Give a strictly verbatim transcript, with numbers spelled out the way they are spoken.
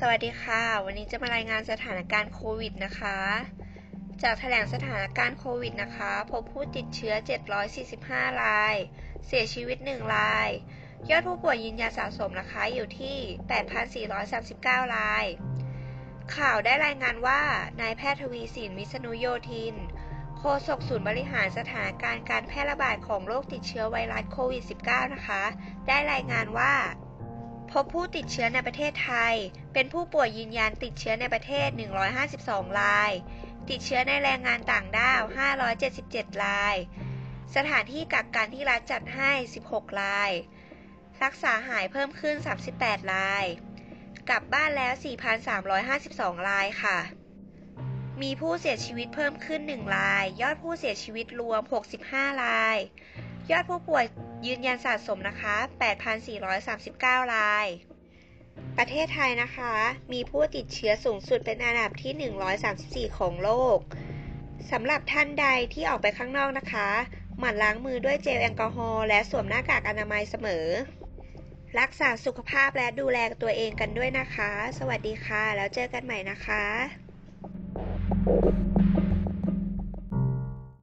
สวัสดีค่ะวันนี้จะมารายงานสถานการณ์โควิดนะคะจากแถลงสถานการณ์โควิดนะคะพบผู้ติดเชื้อเจ็ดร้อยสี่สิบห้ารายเสียชีวิตหนึ่งรายยอดผู้ป่วยยืนยันสะสมนะคะอยู่ที่ แปดพันสี่ร้อยสามสิบเก้ารายข่าวได้รายงานว่านายแพทย์ทวีสินวิษณุโยธินโฆษกศูนย์บริหารสถานการณ์การแพร่ระบาดของโรคติดเชื้อไวรัสโควิด สิบเก้า นะคะได้รายงานว่าพบผู้ติดเชื้อในประเทศไทยเป็นผู้ป่วยยืนยันติดเชื้อในประเทศหนึ่งร้อยห้าสิบสองรายติดเชื้อในแรงงานต่างด้าวห้าร้อยเจ็ดสิบเจ็ดรายสถานที่กักกันที่รัฐจัดให้สิบหกรายรักษาหายเพิ่มขึ้นสามสิบแปดรายกลับบ้านแล้ว สี่พันสามร้อยห้าสิบสอง รายค่ะมีผู้เสียชีวิตเพิ่มขึ้นหนึ่งรายยอดผู้เสียชีวิตรวมหกสิบห้ารายยอดผู้ป่วยยืนยันสะสมนะคะ แปดพันสี่ร้อยสามสิบเก้ารายประเทศไทยนะคะมีผู้ติดเชื้อสูงสุดเป็นอันดับที่หนึ่งร้อยสามสิบสี่ของโลกสำหรับท่านใดที่ออกไปข้างนอกนะคะหมั่นล้างมือด้วยเจลแอลกอฮอล์และสวมหน้ากากอนามัยเสมอรักษาสุขภาพและดูแลตัวเองกันด้วยนะคะสวัสดีค่ะแล้วเจอกันใหม่นะคะ